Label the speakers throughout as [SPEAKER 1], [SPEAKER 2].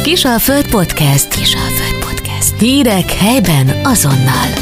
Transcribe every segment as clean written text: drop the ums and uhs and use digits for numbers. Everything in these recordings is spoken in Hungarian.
[SPEAKER 1] Kisalföld Podcast. Kisalföld Podcast. Hírek helyben azonnal.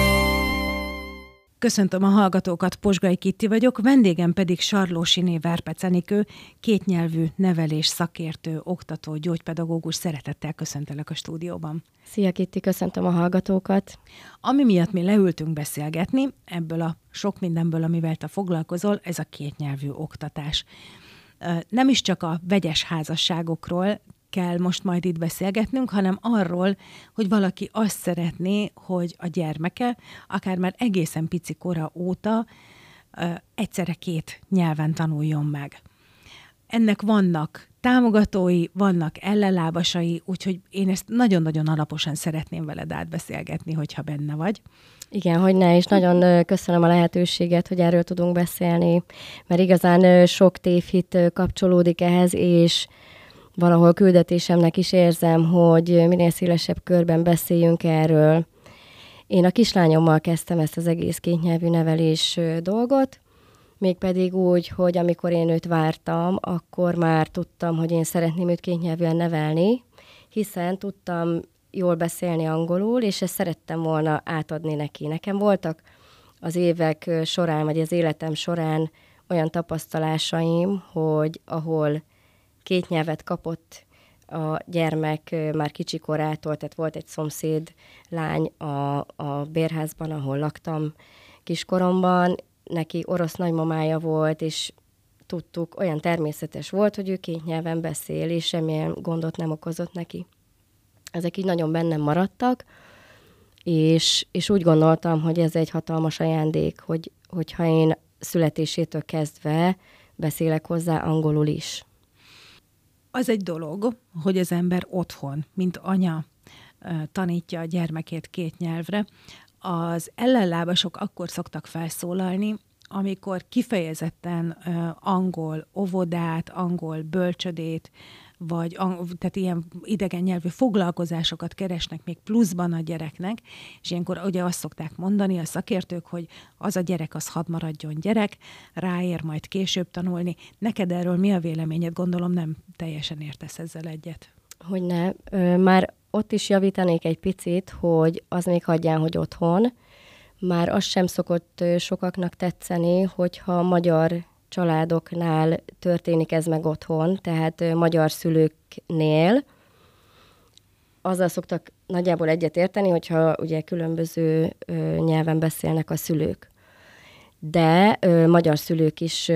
[SPEAKER 2] Köszöntöm a hallgatókat, Posgai Kitti vagyok, vendégem pedig Sarlósiné Verpec Enikő, kétnyelvű nevelés szakértő, oktató, gyógypedagógus. Szeretettel köszöntelek a stúdióban.
[SPEAKER 3] Szia Kitti, köszöntöm a hallgatókat.
[SPEAKER 2] Ami miatt mi leültünk beszélgetni, ebből a sok mindenből, amivel te foglalkozol, ez a kétnyelvű oktatás. Nem is csak a vegyes házasságokról kell most majd itt beszélgetnünk, hanem arról, hogy valaki azt szeretné, hogy a gyermeke, akár már egészen pici kora óta egyszerre két nyelven tanuljon meg. Ennek vannak támogatói, vannak ellenlábasai, úgyhogy én ezt nagyon-nagyon alaposan szeretném veled átbeszélgetni, hogyha benne vagy.
[SPEAKER 3] Igen, hogyne, és nagyon köszönöm a lehetőséget, hogy erről tudunk beszélni, mert igazán sok tévhit kapcsolódik ehhez, és valahol küldetésemnek is érzem, hogy minél szélesebb körben beszéljünk erről. Én a kislányommal kezdtem ezt az egész kétnyelvű nevelés dolgot, mégpedig úgy, hogy amikor én őt vártam, akkor már tudtam, hogy én szeretném őt kétnyelvűen nevelni, hiszen tudtam jól beszélni angolul, és ezt szerettem volna átadni neki. Nekem voltak az évek során, vagy az életem során olyan tapasztalásaim, hogy ahol két nyelvet kapott a gyermek már kicsi korától, tehát volt egy szomszéd lány a bérházban, ahol laktam kiskoromban, neki orosz nagymamája volt, és tudtuk, olyan természetes volt, hogy ő két nyelven beszél, és semmilyen gondot nem okozott neki. Ezek így nagyon bennem maradtak, és úgy gondoltam, hogy ez egy hatalmas ajándék, hogyha én születésétől kezdve beszélek hozzá angolul is.
[SPEAKER 2] Az egy dolog, hogy az ember otthon, mint anya tanítja a gyermekét két nyelvre. Az ellenlábasok akkor szoktak felszólalni, amikor kifejezetten angol óvodát, angol bölcsödét, vagy tehát ilyen idegen nyelvű foglalkozásokat keresnek még pluszban a gyereknek, és ilyenkor ugye azt szokták mondani a szakértők, hogy az a gyerek az hadd maradjon gyerek, ráér majd később tanulni. Neked erről mi a véleményed? Gondolom nem teljesen értesz ezzel egyet.
[SPEAKER 3] Hogyne. Már ott is javítanék egy picit, hogy az még hagyján, hogy otthon. Már az sem szokott sokaknak tetszeni, hogyha magyar családoknál történik ez meg otthon, tehát magyar szülőknél. Azzal szoktak nagyjából egyet érteni, hogyha ugye különböző nyelven beszélnek a szülők. De magyar szülők is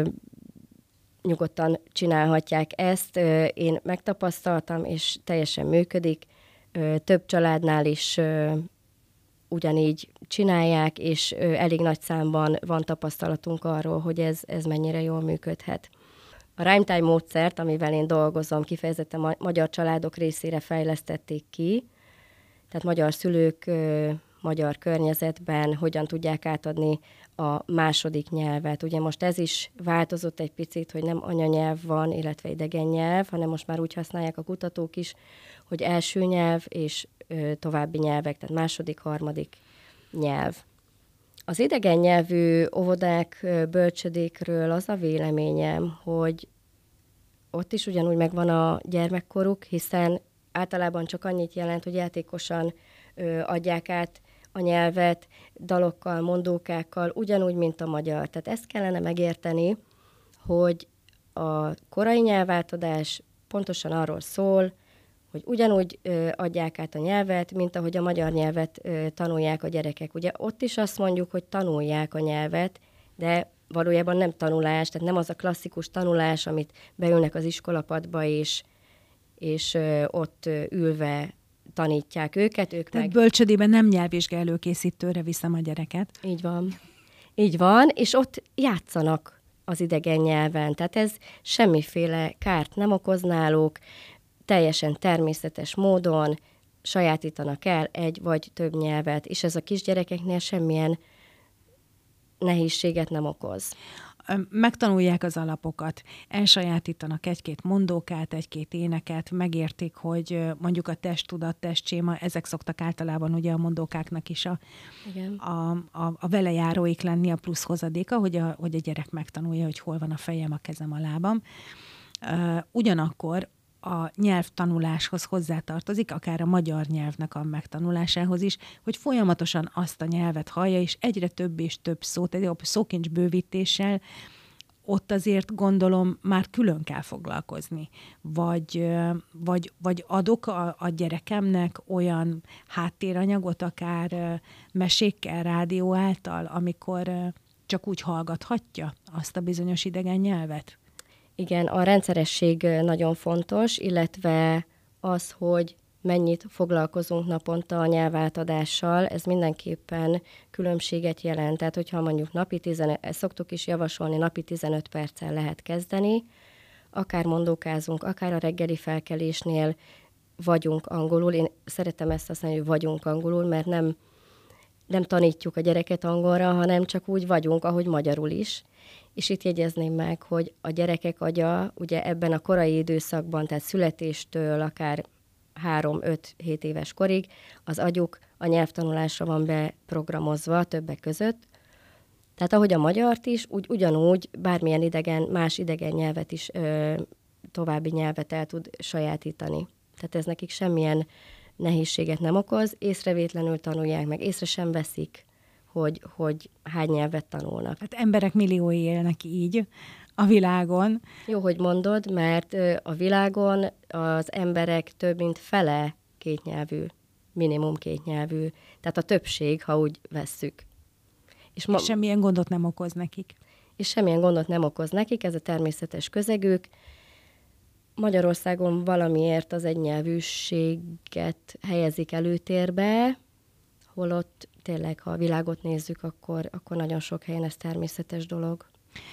[SPEAKER 3] nyugodtan csinálhatják ezt. Én megtapasztaltam, és teljesen működik. Több családnál is ugyanígy csinálják, és elég nagy számban van tapasztalatunk arról, hogy ez mennyire jól működhet. A Rhyme Time módszert, amivel én dolgozom, kifejezetten magyar családok részére fejlesztették ki, tehát magyar szülők magyar környezetben hogyan tudják átadni a második nyelvet. Ugye most ez is változott egy picit, hogy nem anyanyelv van, illetve idegen nyelv, hanem most már úgy használják a kutatók is, hogy első nyelv és további nyelvek, tehát második, harmadik nyelv. Az idegen nyelvű óvodák, bölcsödékről az a véleményem, hogy ott is ugyanúgy megvan a gyermekkoruk, hiszen általában csak annyit jelent, hogy játékosan adják át a nyelvet, dalokkal, mondókákkal, ugyanúgy, mint a magyar. Tehát ezt kellene megérteni, hogy a korai nyelvátadás pontosan arról szól, hogy ugyanúgy adják át a nyelvet, mint ahogy a magyar nyelvet tanulják a gyerekek. Ugye ott is azt mondjuk, hogy tanulják a nyelvet, de valójában nem tanulás, tehát nem az a klasszikus tanulás, amit beülnek az iskolapadba, és ott ülve tanítják őket.
[SPEAKER 2] Tehát bölcsödében nem nyelvvizsga előkészítőre viszem a gyereket.
[SPEAKER 3] Így van. Így van, és ott játszanak az idegen nyelven. Tehát ez semmiféle kárt nem okoz náluk, teljesen természetes módon sajátítanak el egy vagy több nyelvet, és ez a kisgyerekeknél semmilyen nehézséget nem okoz.
[SPEAKER 2] Megtanulják az alapokat, elsajátítanak egy-két mondókát, egy-két éneket, megértik, hogy mondjuk a testtudat, testséma, ezek szoktak általában ugye a mondókáknak is a velejáróik lenni, a plusz hozadéka, hogy a gyerek megtanulja, hogy hol van a fejem, a kezem, a lábam. Ugyanakkor a nyelvtanuláshoz hozzátartozik, akár a magyar nyelvnek a megtanulásához is, hogy folyamatosan azt a nyelvet hallja, és egyre több és több szót, egy szókincs bővítéssel, ott azért gondolom már külön kell foglalkozni. Vagy adok a gyerekemnek olyan háttéranyagot, akár mesékkel, rádió által, amikor csak úgy hallgathatja azt a bizonyos idegen nyelvet?
[SPEAKER 3] Igen, a rendszeresség nagyon fontos, illetve az, hogy mennyit foglalkozunk naponta a nyelvátadással, ez mindenképpen különbséget jelent. Tehát, hogyha mondjuk napi 15, szoktuk is javasolni, napi 15 perccel lehet kezdeni, akár mondókázunk, akár a reggeli felkelésnél vagyunk angolul. Én szeretem ezt használni, hogy vagyunk angolul, mert nem tanítjuk a gyereket angolra, hanem csak úgy vagyunk, ahogy magyarul is. És itt jegyezném meg, hogy a gyerekek agya ugye ebben a korai időszakban, tehát születéstől akár 3-5-7 éves korig, az agyuk a nyelvtanulásra van beprogramozva többek között. Tehát ahogy a magyart is, ugyanúgy bármilyen más idegen nyelvet is, további nyelvet el tud sajátítani. Tehát ez nekik semmilyen nehézséget nem okoz, észrevétlenül tanulják meg, észre sem veszik, hogy hány nyelvet tanulnak.
[SPEAKER 2] Hát emberek milliói élnek így a világon.
[SPEAKER 3] Jó, hogy mondod, mert a világon az emberek több mint fele kétnyelvű, minimum kétnyelvű. Tehát a többség, ha úgy vesszük.
[SPEAKER 2] És semmilyen gondot nem okoz nekik.
[SPEAKER 3] És semmilyen gondot nem okoz nekik, ez a természetes közegük. Magyarországon valamiért az egynyelvűséget helyezik előtérbe, holott tényleg, ha a világot nézzük, akkor nagyon sok helyen ez természetes dolog.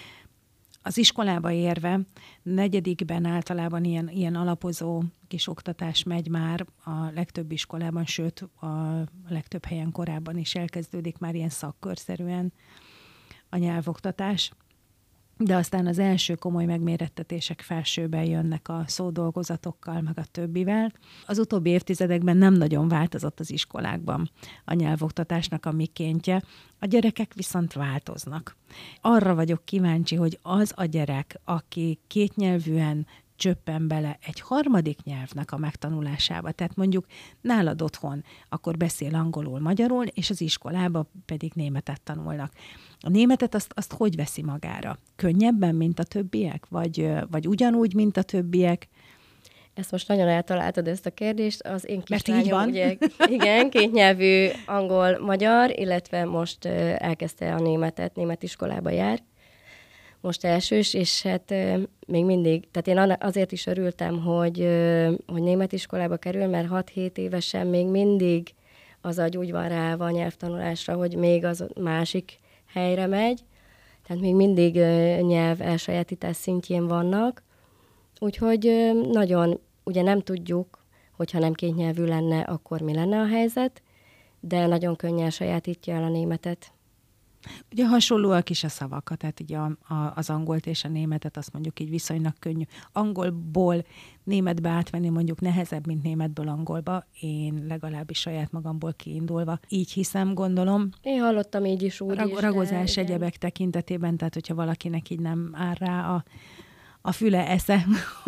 [SPEAKER 2] Az iskolába érve, 4. általában ilyen alapozó kis oktatás megy már a legtöbb iskolában, sőt a legtöbb helyen korábban is elkezdődik már ilyen szakkörszerűen a nyelvoktatás. De aztán az első komoly megmérettetések felsőben jönnek a szódolgozatokkal, meg a többivel. Az utóbbi évtizedekben nem nagyon változott az iskolákban a nyelvoktatásnak a mikéntje, a gyerekek viszont változnak. Arra vagyok kíváncsi, hogy az a gyerek, aki kétnyelvűen csöppen bele egy harmadik nyelvnek a megtanulásába, tehát mondjuk nálad otthon, akkor beszél angolul, magyarul, és az iskolába pedig németet tanulnak. A németet azt hogy veszi magára? Könnyebben, mint a többiek? Vagy ugyanúgy, mint a többiek?
[SPEAKER 3] Ezt most nagyon eltaláltad, ezt a kérdést. Az én
[SPEAKER 2] kislányom, így van.
[SPEAKER 3] Ugye, igen, kétnyelvű angol-magyar, illetve most elkezdte a német iskolába jár. Most elsős, és hát még mindig, tehát én azért is örültem, hogy német iskolába kerül, mert 6-7 évesen még mindig az agy úgy van ráva a nyelvtanulásra, hogy még az másik helyre megy, tehát még mindig nyelv elsajátítás szintjén vannak, úgyhogy nagyon, ugye nem tudjuk, hogyha nem kétnyelvű lenne, akkor mi lenne a helyzet, de nagyon könnyen sajátítja el a németet.
[SPEAKER 2] Ugye hasonlóak is a szavak, tehát így az angolt és a németet, azt mondjuk így viszonylag könnyű. Angolból németbe átvenni mondjuk nehezebb, mint németből angolba. Én legalábbis saját magamból kiindulva. Így hiszem, gondolom.
[SPEAKER 3] Én hallottam így is, úgy is.
[SPEAKER 2] Ragozás egyebek tekintetében, tehát hogyha valakinek így nem áll rá a füle esze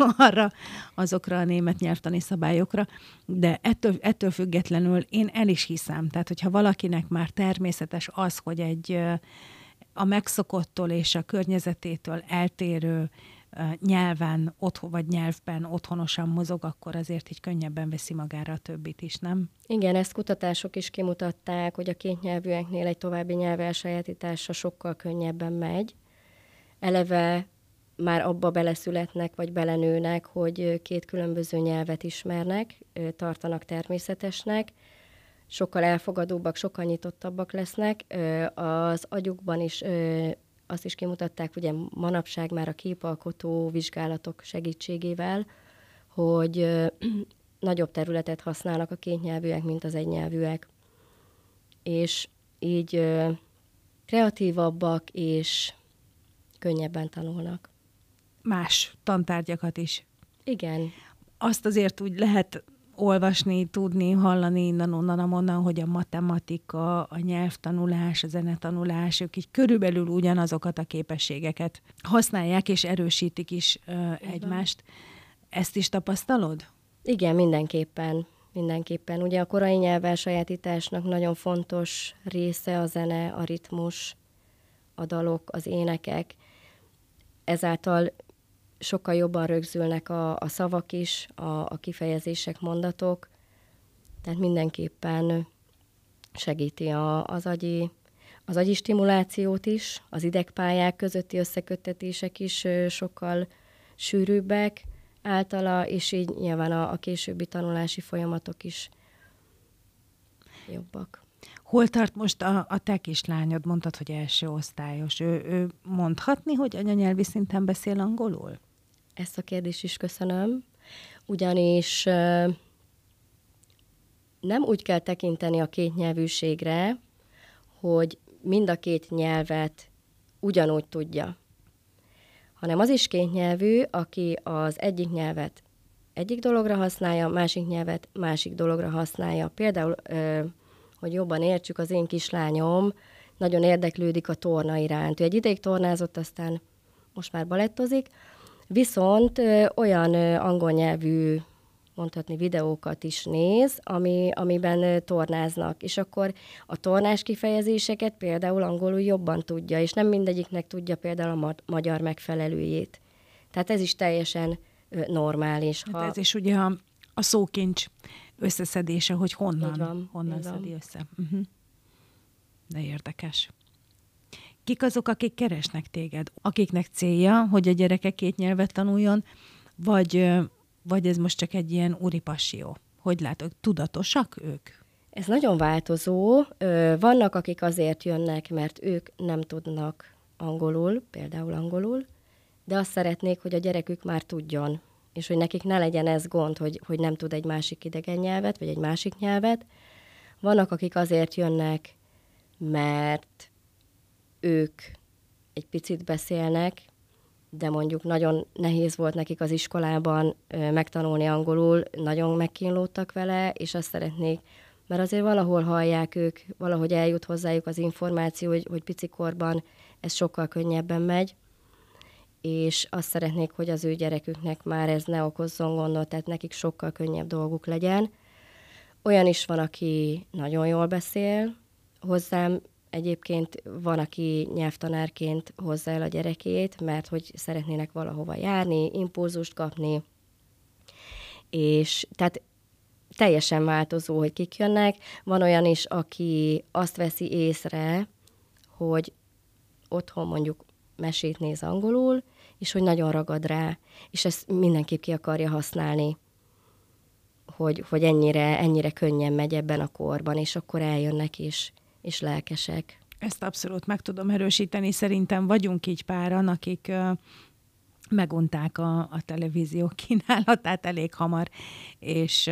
[SPEAKER 2] azokra a német nyelvtani szabályokra, de ettől függetlenül én el is hiszem. Tehát, hogyha valakinek már természetes az, hogy a megszokottól és a környezetétől eltérő nyelven vagy nyelvben otthonosan mozog, akkor azért így könnyebben veszi magára a többit is, nem?
[SPEAKER 3] Igen, ezt kutatások is kimutatták, hogy a kétnyelvűeknél egy további nyelv elsajátítása sokkal könnyebben megy. Eleve már abba beleszületnek, vagy belenőnek, hogy két különböző nyelvet ismernek, tartanak természetesnek, sokkal elfogadóbbak, sokkal nyitottabbak lesznek. Az agyukban is azt is kimutatták, ugye manapság már a képalkotó vizsgálatok segítségével, hogy nagyobb területet használnak a kétnyelvűek, mint az egynyelvűek. És így kreatívabbak és könnyebben tanulnak.
[SPEAKER 2] Más tantárgyakat is.
[SPEAKER 3] Igen.
[SPEAKER 2] Azt azért úgy lehet olvasni, tudni, hallani innen-onnan, hogy a matematika, a nyelvtanulás, a zenetanulás, ők így körülbelül ugyanazokat a képességeket használják, és erősítik is egymást. Ezt is tapasztalod?
[SPEAKER 3] Igen, mindenképpen. Mindenképpen. Ugye a korai nyelvelsajátításnak nagyon fontos része a zene, a ritmus, a dalok, az énekek. Ezáltal sokkal jobban rögzülnek a szavak is, a kifejezések, mondatok. Tehát mindenképpen segíti az agyi stimulációt is, az idegpályák közötti összeköttetések is sokkal sűrűbbek általa, és így nyilván a későbbi tanulási folyamatok is jobbak.
[SPEAKER 2] Hol tart most a te kislányod? Mondtad, hogy első osztályos. Ő mondhatni, hogy anyanyelvi szinten beszél angolul?
[SPEAKER 3] Ezt a kérdést is köszönöm, ugyanis nem úgy kell tekinteni a kétnyelvűségre, hogy mind a két nyelvet ugyanúgy tudja, hanem az is kétnyelvű, aki az egyik nyelvet egyik dologra használja, másik nyelvet másik dologra használja. Például, hogy jobban értsük, az én kislányom nagyon érdeklődik a torna iránt. Ő egy ideig tornázott, aztán most már balettozik, viszont olyan angol nyelvű, mondhatni, videókat is néz, amiben tornáznak. És akkor a tornás kifejezéseket például angolul jobban tudja, és nem mindegyiknek tudja például a magyar megfelelőjét. Tehát ez is teljesen normális.
[SPEAKER 2] Hát ez is ugye a szókincs összeszedése, hogy honnan szedi össze. De érdekes. Kik azok, akik keresnek téged? Akiknek célja, hogy a gyerekek két nyelvet tanuljon, vagy ez most csak egy ilyen úri passió? Hogy látod, tudatosak ők?
[SPEAKER 3] Ez nagyon változó. Vannak, akik azért jönnek, mert ők nem tudnak angolul, például angolul, de azt szeretnék, hogy a gyerekük már tudjon, és hogy nekik ne legyen ez gond, hogy nem tud egy másik idegen nyelvet, vagy egy másik nyelvet. Vannak, akik azért jönnek, mert ők egy picit beszélnek, de mondjuk nagyon nehéz volt nekik az iskolában megtanulni angolul, nagyon megkínlódtak vele, és azt szeretnék, mert azért valahol hallják ők, valahogy eljut hozzájuk az információ, hogy picikorban ez sokkal könnyebben megy, és azt szeretnék, hogy az ő gyereküknek már ez ne okozzon gondot, tehát nekik sokkal könnyebb dolguk legyen. Olyan is van, aki nagyon jól beszél, hozzám egyébként van, aki nyelvtanárként hozza el a gyerekét, mert hogy szeretnének valahova járni, impulzust kapni, és tehát teljesen változó, hogy kik jönnek. Van olyan is, aki azt veszi észre, hogy otthon mondjuk mesét néz angolul, és hogy nagyon ragad rá, és ezt mindenképp ki akarja használni, hogy ennyire könnyen megy ebben a korban, és akkor eljönnek is, és lelkesek.
[SPEAKER 2] Ezt abszolút meg tudom erősíteni. Szerintem vagyunk így páran, akik megunták a televízió kínálatát elég hamar, és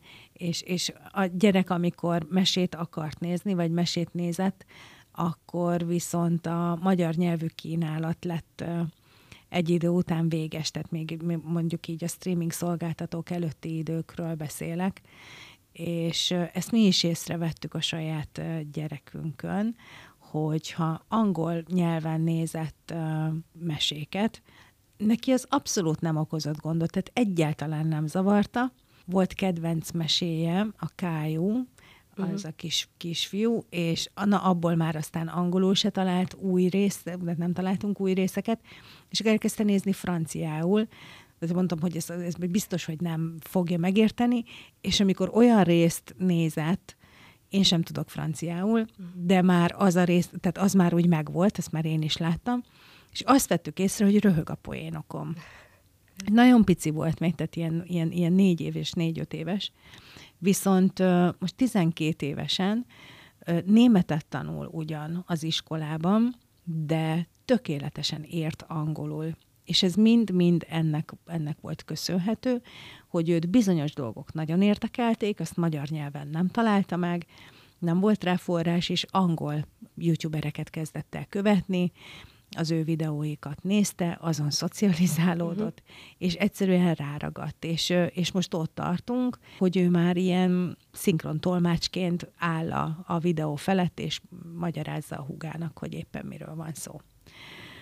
[SPEAKER 2] a gyerek, amikor mesét akart nézni, vagy mesét nézett, akkor viszont a magyar nyelvű kínálat lett egy idő után véges, tehát még mondjuk így a streaming szolgáltatók előtti időkről beszélek, és ezt mi is észrevettük a saját gyerekünkön, hogyha angol nyelven nézett meséket, neki az abszolút nem okozott gondot, tehát egyáltalán nem zavarta. Volt kedvenc meséje, a Kájú, az a kisfiú, és abból már aztán angolul se talált új részt, de nem találtunk új részeket, és akkor elkezdte nézni franciául. Mondtam, hogy ez biztos, hogy nem fogja megérteni, és amikor olyan részt nézett, én sem tudok franciául, de már az a rész, tehát az már úgy megvolt, ezt már én is láttam, és azt vettük észre, hogy röhög a poénokom. Nagyon pici volt még, tehát ilyen 4 éves, 4-5 éves, viszont most 12 évesen németet tanul ugyan az iskolában, de tökéletesen ért angolul. És ez mind-mind ennek volt köszönhető, hogy őt bizonyos dolgok nagyon érdekelték, azt magyar nyelven nem találta meg, nem volt rá forrás, és angol youtubereket kezdett el követni, az ő videóikat nézte, azon szocializálódott, és egyszerűen ráragadt. És most ott tartunk, hogy ő már ilyen szinkrontolmácsként áll a videó felett, és magyarázza a húgának, hogy éppen miről van szó.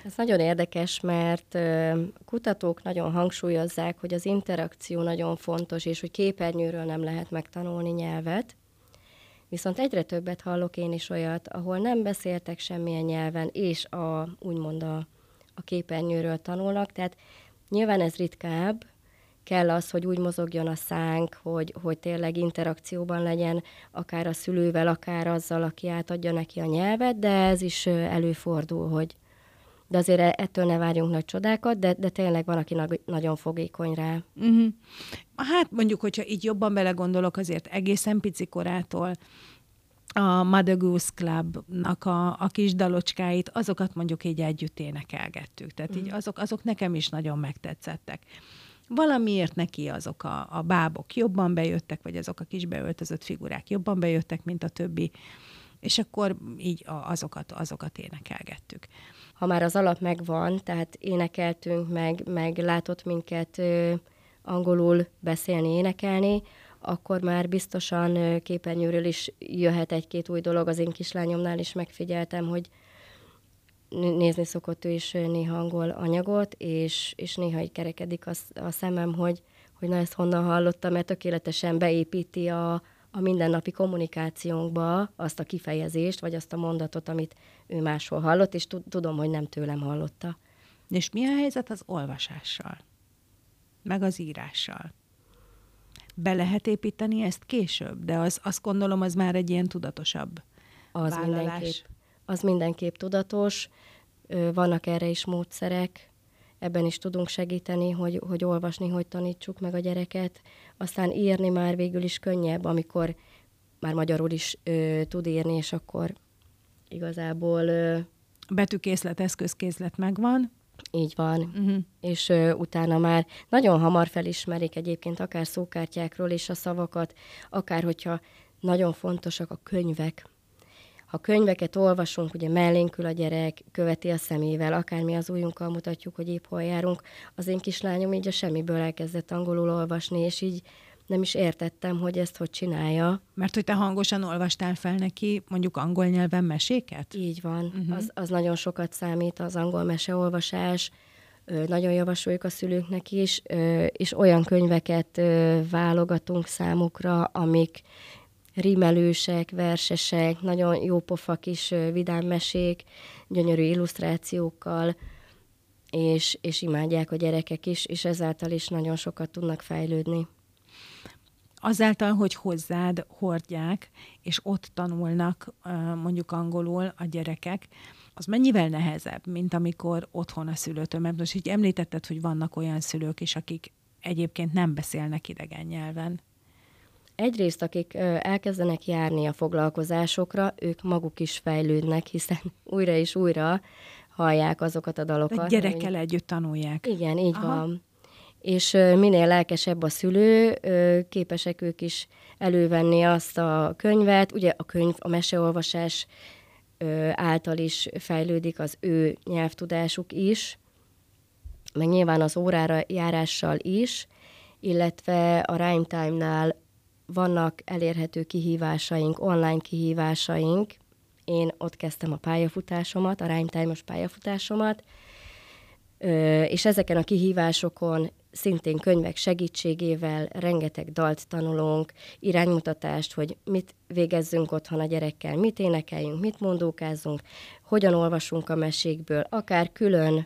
[SPEAKER 3] Ez nagyon érdekes, mert kutatók nagyon hangsúlyozzák, hogy az interakció nagyon fontos, és hogy képernyőről nem lehet megtanulni nyelvet. Viszont egyre többet hallok én is olyat, ahol nem beszéltek semmilyen nyelven, és úgymond a képernyőről tanulnak. Tehát nyilván ez ritkább, kell az, hogy úgy mozogjon a szánk, hogy tényleg interakcióban legyen, akár a szülővel, akár azzal, aki átadja neki a nyelvet, de ez is előfordul, hogy de azért ettől ne várjunk nagy csodákat, de tényleg van, aki nagyon fogékony rá.
[SPEAKER 2] Uh-huh. Hát mondjuk, hogyha így jobban belegondolok, azért egészen picikorától a Mother Goose Clubnak a kis dalocskáit, azokat mondjuk így együtt énekelgettük. Tehát így azok nekem is nagyon megtetszettek. Valamiért neki azok a bábok jobban bejöttek, vagy azok a kis beöltözött figurák jobban bejöttek, mint a többi, és akkor így azokat énekelgettük.
[SPEAKER 3] Ha már az alap megvan, tehát énekeltünk, meg látott minket angolul beszélni, énekelni, akkor már biztosan képernyőről is jöhet egy-két új dolog. Az én kislányomnál is megfigyeltem, hogy nézni szokott ő is néha angol anyagot, és néha így kerekedik a szemem, hogy na ezt honnan hallottam, mert tökéletesen beépíti a mindennapi kommunikációnkba azt a kifejezést, vagy azt a mondatot, amit ő máshol hallott, és tudom, hogy nem tőlem hallotta.
[SPEAKER 2] És mi a helyzet az olvasással? Meg az írással? Be lehet építeni ezt később, de azt gondolom, az már egy ilyen tudatosabb vállalás.
[SPEAKER 3] Az mindenképp tudatos, vannak erre is módszerek, ebben is tudunk segíteni, hogy olvasni, hogy tanítsuk meg a gyereket. Aztán írni már végül is könnyebb, amikor már magyarul is tud írni, és akkor igazából...
[SPEAKER 2] Betűkészlet, eszközkészlet megvan.
[SPEAKER 3] Így van. És utána már nagyon hamar felismerik egyébként akár szókártyákról is a szavakat, akár hogyha nagyon fontosak a könyvek. Ha könyveket olvasunk, ugye mellénkül a gyerek, követi a szemével, akármi az ujjunkkal mutatjuk, hogy épp hol járunk. Az én kislányom így a semmiből elkezdett angolul olvasni, és így nem is értettem, hogy ezt hogy csinálja.
[SPEAKER 2] Mert hogy te hangosan olvastál fel neki mondjuk angol nyelven meséket?
[SPEAKER 3] Így van. Az nagyon sokat számít, az angol meseolvasás. Nagyon javasoljuk a szülőknek is, és olyan könyveket válogatunk számukra, amik rímelősek, versesek, nagyon jópofa kis vidám mesék, gyönyörű illusztrációkkal, és imádják a gyerekek is, és ezáltal is nagyon sokat tudnak fejlődni.
[SPEAKER 2] Azáltal, hogy hozzád hordják, és ott tanulnak mondjuk angolul a gyerekek, az mennyivel nehezebb, mint amikor otthon a szülőtől? Mert most így említetted, hogy vannak olyan szülők is, akik egyébként nem beszélnek idegen nyelven.
[SPEAKER 3] Egyrészt, akik elkezdenek járni a foglalkozásokra, ők maguk is fejlődnek, hiszen újra és újra hallják azokat a dalokat.
[SPEAKER 2] A gyerekkel együtt tanulják.
[SPEAKER 3] Igen, így van. És minél lelkesebb a szülő, képesek ők is elővenni azt a könyvet. Ugye a könyv, a meseolvasás által is fejlődik az ő nyelvtudásuk is, meg nyilván az órára járással is, illetve a Rhyme Time-nál vannak elérhető kihívásaink, online kihívásaink. Én ott kezdtem a pályafutásomat, a Rhyme Time-os pályafutásomat, és ezeken a kihívásokon szintén könyvek segítségével rengeteg dalt tanulunk, iránymutatást, hogy mit végezzünk otthon a gyerekkel, mit énekeljünk, mit mondókázzunk, hogyan olvasunk a mesékből, akár külön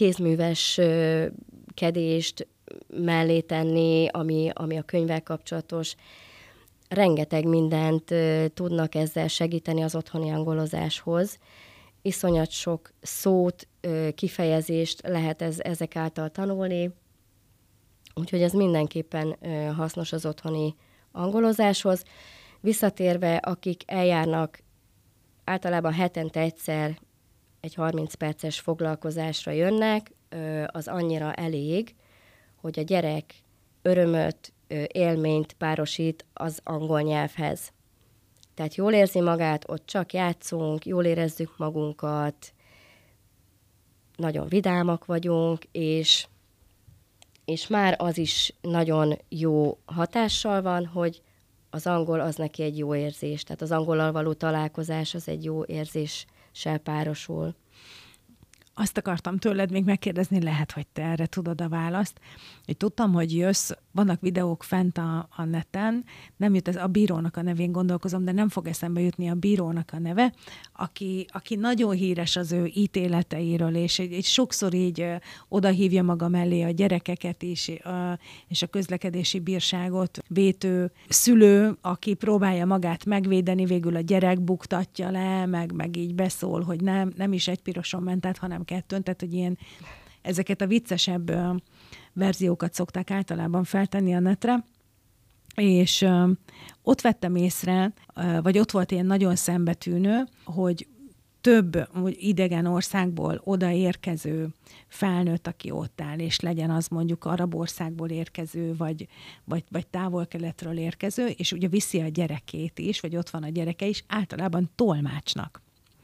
[SPEAKER 3] kézműveskedést mellé tenni, ami a könyvvel kapcsolatos. Rengeteg mindent tudnak ezzel segíteni az otthoni angolozáshoz. Iszonyat sok szót, kifejezést lehet ezek által tanulni, úgyhogy ez mindenképpen hasznos az otthoni angolozáshoz. Visszatérve, akik eljárnak általában hetente egyszer egy 30 perces foglalkozásra jönnek, az annyira elég, hogy a gyerek örömöt, élményt párosít az angol nyelvhez. Tehát jól érzi magát, ott csak játszunk, jól érezzük magunkat, nagyon vidámak vagyunk, és már az is nagyon jó hatással van, hogy az angol az neki egy jó érzés. Tehát az angollal való találkozás az egy jó érzéssel párosul.
[SPEAKER 2] azt akartam tőled még megkérdezni, lehet, hogy te erre tudod a választ, hogy tudtam, hogy jössz, vannak videók fent a neten, nem jut ez a bírónak a nevén gondolkozom, de nem fog eszembe jutni a bírónak a neve, aki nagyon híres az ő ítéleteiről, és sokszor így odahívja maga mellé a gyerekeket is, és a közlekedési bírságot vétő szülő, aki próbálja magát megvédeni, végül a gyerek buktatja le, meg így beszól, hogy nem is egy piroson ment át, hanem kettőn, tehát hogy ezeket a viccesebb verziókat szokták általában feltenni a netre, és ott vettem észre, vagy ott volt ilyen nagyon szembetűnő, hogy több idegen országból odaérkező felnőtt, aki ott áll, és legyen az mondjuk arab országból érkező, vagy távol-keletről érkező, és ugye viszi a gyerekét is, vagy ott van a gyereke is, általában tolmácsnak.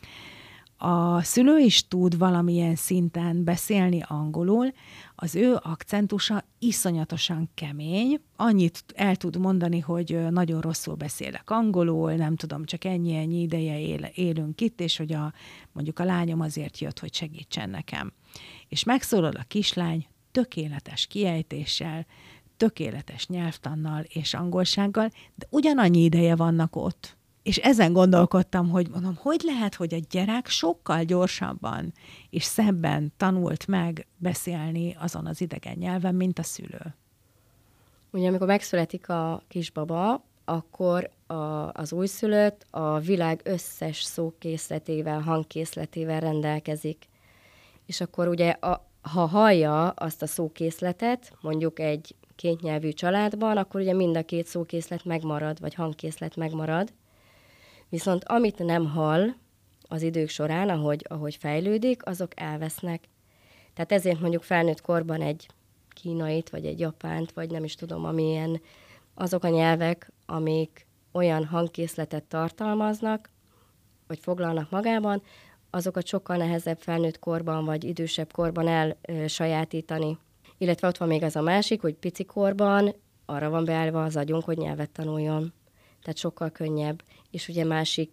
[SPEAKER 2] A szülő is tud valamilyen szinten beszélni angolul, az ő akcentusa iszonyatosan kemény, annyit el tud mondani, hogy nagyon rosszul beszélek angolul, nem tudom, csak ennyi ideje élünk itt, és hogy mondjuk a lányom azért jött, hogy segítsen nekem. És megszólal a kislány tökéletes kiejtéssel, tökéletes nyelvtannal és angolsággal, de ugyanannyi ideje vannak ott. És ezen gondolkodtam, hogy mondom, hogy lehet, hogy a gyerek sokkal gyorsabban és szebben tanult meg beszélni azon az idegen nyelven, mint a szülő.
[SPEAKER 3] Ugye amikor megszületik a kisbaba, akkor az újszülött a világ összes szókészletével, hangkészletével rendelkezik. És akkor ugye, ha hallja azt a szókészletet, mondjuk egy kétnyelvű családban, akkor ugye mind a két szókészlet megmarad, vagy hangkészlet megmarad. Viszont amit nem hall az idők során, ahogy fejlődik, azok elvesznek. Tehát ezért mondjuk felnőtt korban egy kínait, vagy egy japánt, vagy nem is tudom, amilyen azok a nyelvek, amik olyan hangkészletet tartalmaznak, vagy foglalnak magában, azokat sokkal nehezebb felnőtt korban, vagy idősebb korban elsajátítani. Illetve ott van még az a másik, hogy pici korban arra van beállva az agyunk, hogy nyelvet tanuljon. Tehát sokkal könnyebb, és ugye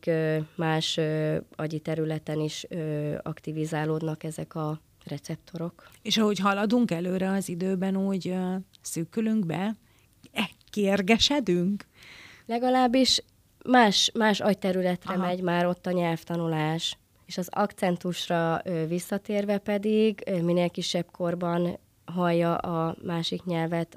[SPEAKER 3] más agyi területen is aktivizálódnak ezek a receptorok.
[SPEAKER 2] És ahogy haladunk előre az időben, úgy szűkülünk be, kérgesedünk?
[SPEAKER 3] Legalábbis más agyterületre megy már ott a nyelvtanulás. És az akcentusra visszatérve pedig minél kisebb korban hallja a másik nyelvet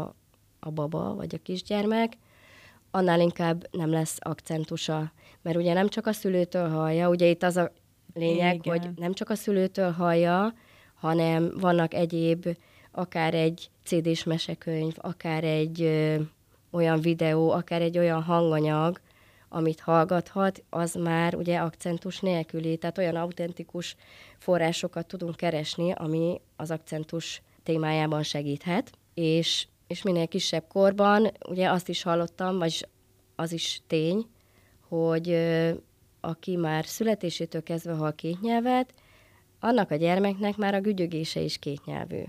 [SPEAKER 3] a baba vagy a kisgyermek, annál inkább nem lesz akcentusa. Mert ugye nem csak a szülőtől hallja, ugye itt az a lényeg, igen, hogy nem csak a szülőtől hallja, hanem vannak egyéb, akár egy CD-s mesekönyv, akár egy olyan videó, akár egy olyan hanganyag, amit hallgathat, az már ugye akcentus nélküli. Tehát olyan autentikus forrásokat tudunk keresni, ami az akcentus témájában segíthet. És minél kisebb korban, ugye azt is hallottam, vagy az is tény, hogy aki már születésétől kezdve hall két nyelvet, annak a gyermeknek már a gügyögése is kétnyelvű.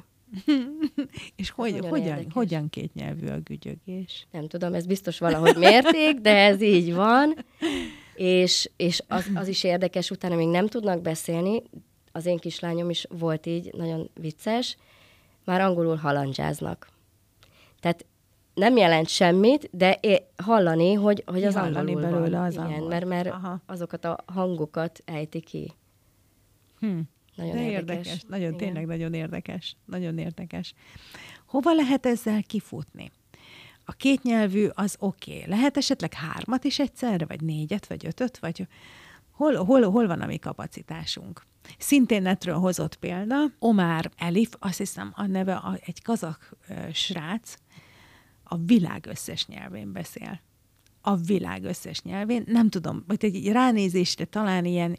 [SPEAKER 2] És hogyan kétnyelvű a gügyögés?
[SPEAKER 3] Nem tudom, ez biztos valahogy mérték, de ez így van. És az is érdekes, utána még nem tudnak beszélni, az én kislányom is volt így, nagyon vicces, már angolul halandzsáznak. Tehát nem jelent semmit, de hallani, hogy az angolul belőle van. Az igen, angol. Mert azokat a hangokat ejti ki. Nagyon érdekes.
[SPEAKER 2] Nagyon, tényleg nagyon érdekes. Nagyon érdekes. Hova lehet ezzel kifutni? A kétnyelvű az oké. Lehet esetleg 3 is egyszerre, vagy 4, vagy 5, vagy hol van a mi kapacitásunk? Szintén netről hozott példa, Omar Elif, azt hiszem a neve egy kazak srác, a világ összes nyelvén beszél. A világ összes nyelvén. Nem tudom, hogy egy ránézésre talán ilyen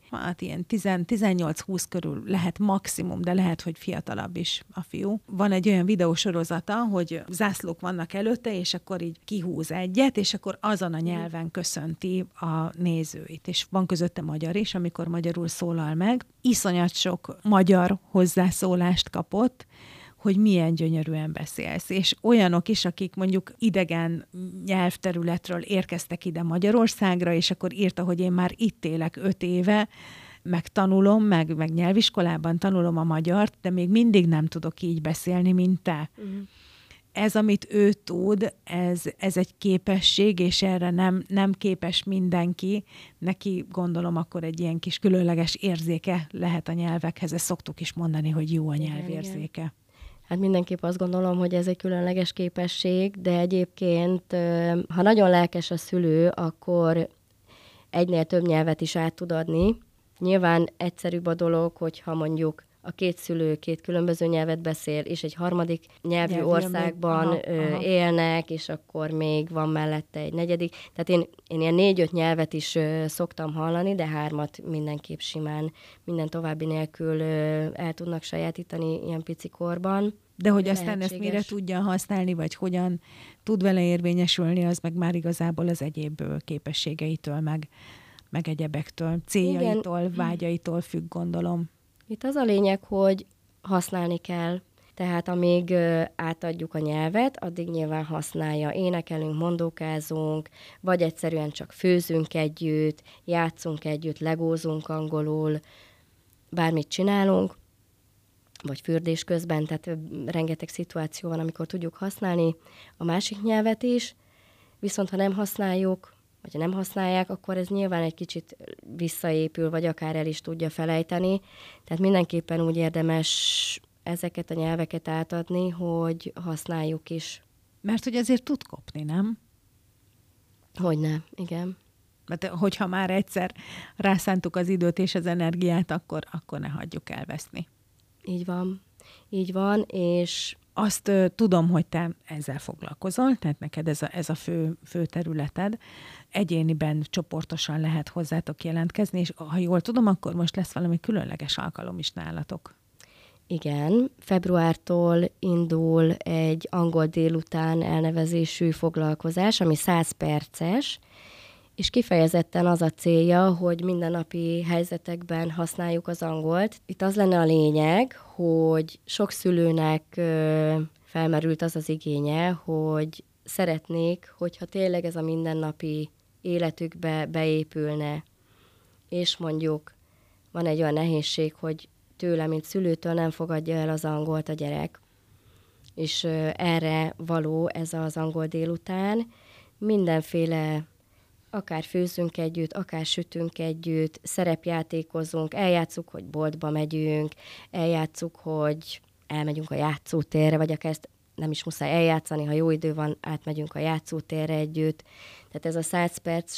[SPEAKER 2] 18-20 körül lehet maximum, de lehet, hogy fiatalabb is a fiú. Van egy olyan videósorozata, hogy zászlók vannak előtte, és akkor így kihúz egyet, és akkor azon a nyelven köszönti a nézőit. És van közötte magyar is, amikor magyarul szólal meg. Iszonyat sok magyar hozzászólást kapott, hogy milyen gyönyörűen beszélsz. És olyanok is, akik mondjuk idegen nyelvterületről érkeztek ide Magyarországra, és akkor írta, hogy én már itt élek 5 éve, megtanulom, meg nyelviskolában tanulom a magyart, de még mindig nem tudok így beszélni, mint te. Ez, amit ő tud, ez egy képesség, és erre nem képes mindenki. Neki, gondolom, akkor egy ilyen kis különleges érzéke lehet a nyelvekhez. Ezt szoktuk is mondani, hogy jó a nyelvérzéke. Igen.
[SPEAKER 3] Hát mindenképp azt gondolom, hogy ez egy különleges képesség, de egyébként, ha nagyon lelkes a szülő, akkor egynél több nyelvet is át tud adni. Nyilván egyszerűbb a dolog, hogyha mondjuk a két szülő két különböző nyelvet beszél, és egy harmadik nyelvű országban élnek, és akkor még van mellette egy negyedik. Tehát én ilyen 4-5 nyelvet is szoktam hallani, de 3-at mindenképp simán, minden további nélkül el tudnak sajátítani ilyen pici korban.
[SPEAKER 2] De hogy aztán ezt mire tudja használni, vagy hogyan tud vele érvényesülni, az meg már igazából az egyéb képességeitől, meg egyebektől, céljaitól, igen, vágyaitól függ, gondolom.
[SPEAKER 3] Itt az a lényeg, hogy használni kell. Tehát amíg átadjuk a nyelvet, addig nyilván használja. Énekelünk, mondókázunk, vagy egyszerűen csak főzünk együtt, játszunk együtt, legózunk angolul, bármit csinálunk, vagy fürdés közben, tehát rengeteg szituáció van, amikor tudjuk használni a másik nyelvet is, viszont ha nem használjuk, vagy ha nem használják, akkor ez nyilván egy kicsit visszaépül, vagy akár el is tudja felejteni. Tehát mindenképpen úgy érdemes ezeket a nyelveket átadni, hogy használjuk is.
[SPEAKER 2] Mert hogy azért tud kopni, nem?
[SPEAKER 3] Hogyne, igen.
[SPEAKER 2] Mert hogyha már egyszer rászántuk az időt és az energiát, akkor ne hagyjuk elveszni.
[SPEAKER 3] Így van, és
[SPEAKER 2] azt tudom, hogy te ezzel foglalkozol, tehát neked ez a fő területed. Egyéniben, csoportosan lehet hozzátok jelentkezni, és ha jól tudom, akkor most lesz valami különleges alkalom is nálatok.
[SPEAKER 3] Igen, februártól indul egy angol délután elnevezésű foglalkozás, ami 100 perces, és kifejezetten az a célja, hogy mindennapi helyzetekben használjuk az angolt. Itt az lenne a lényeg, hogy sok szülőnek felmerült az az igénye, hogy szeretnék, hogyha tényleg ez a mindennapi életükbe beépülne, és mondjuk van egy olyan nehézség, hogy tőle, mint szülőtől nem fogadja el az angolt a gyerek. És erre való ez az angol délután. Mindenféle, akár főzünk együtt, akár sütünk együtt, szerepjátékozunk, eljátszuk, hogy boltba megyünk, eljátszuk, hogy elmegyünk a játszótérre, vagy akár ezt nem is muszáj eljátszani, ha jó idő van, átmegyünk a játszótérre együtt. Tehát ez a 100 perc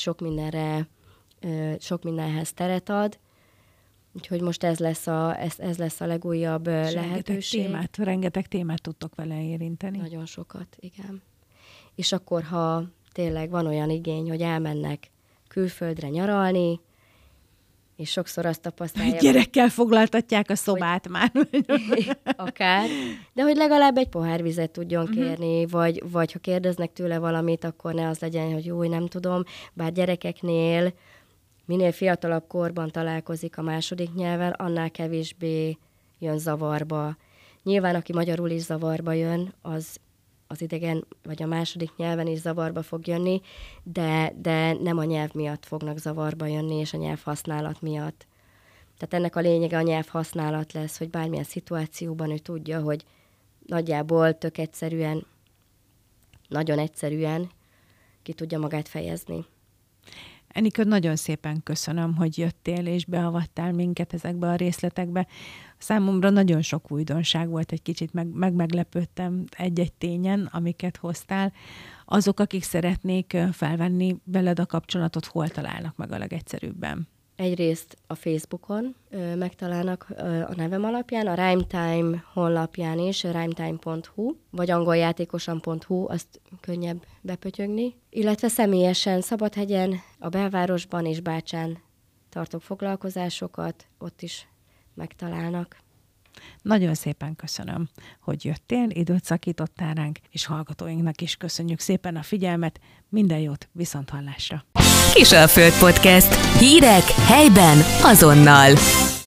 [SPEAKER 3] sok mindenhez teret ad, úgyhogy most ez lesz a legújabb lehetőség.
[SPEAKER 2] Rengeteg témát tudtok vele érinteni.
[SPEAKER 3] Nagyon sokat, igen. És akkor, ha tényleg van olyan igény, hogy elmennek külföldre nyaralni, és sokszor azt tapasztalják...
[SPEAKER 2] Gyerekkel foglaltatják a szobát hogy, már.
[SPEAKER 3] Akár, de hogy legalább egy pohár vizet tudjon kérni, vagy ha kérdeznek tőle valamit, akkor ne az legyen, hogy jó, nem tudom, bár gyerekeknél minél fiatalabb korban találkozik a második nyelven, annál kevésbé jön zavarba. Nyilván, aki magyarul is zavarba jön, az idegen vagy a második nyelven is zavarba fog jönni, de nem a nyelv miatt fognak zavarba jönni, és a nyelv használat miatt. Tehát ennek a lényege a nyelv használat lesz, hogy bármilyen szituációban ő tudja, hogy nagyjából tök egyszerűen, nagyon egyszerűen ki tudja magát fejezni.
[SPEAKER 2] Enikő, nagyon szépen köszönöm, hogy jöttél és beavattál minket ezekbe a részletekbe. Számomra nagyon sok újdonság volt, egy kicsit meglepődtem egy-egy tényen, amiket hoztál. Azok, akik szeretnék felvenni veled a kapcsolatot, hol találnak meg a legegyszerűbben?
[SPEAKER 3] Egyrészt a Facebookon megtalálnak a nevem alapján, a Rhymetime honlapján is, rhymetime.hu, vagy angoljátékosan.hu, azt könnyebb bepötyögni. Illetve személyesen Szabadhegyen, a belvárosban és Bácsán tartok foglalkozásokat, ott is megtalálnak.
[SPEAKER 2] Nagyon szépen köszönöm, hogy jöttél, időt szakítottál ránk, és hallgatóinknak is köszönjük szépen a figyelmet, minden jót, viszonthallásra!
[SPEAKER 1] Kisalföld Podcast. Hírek helyben azonnal.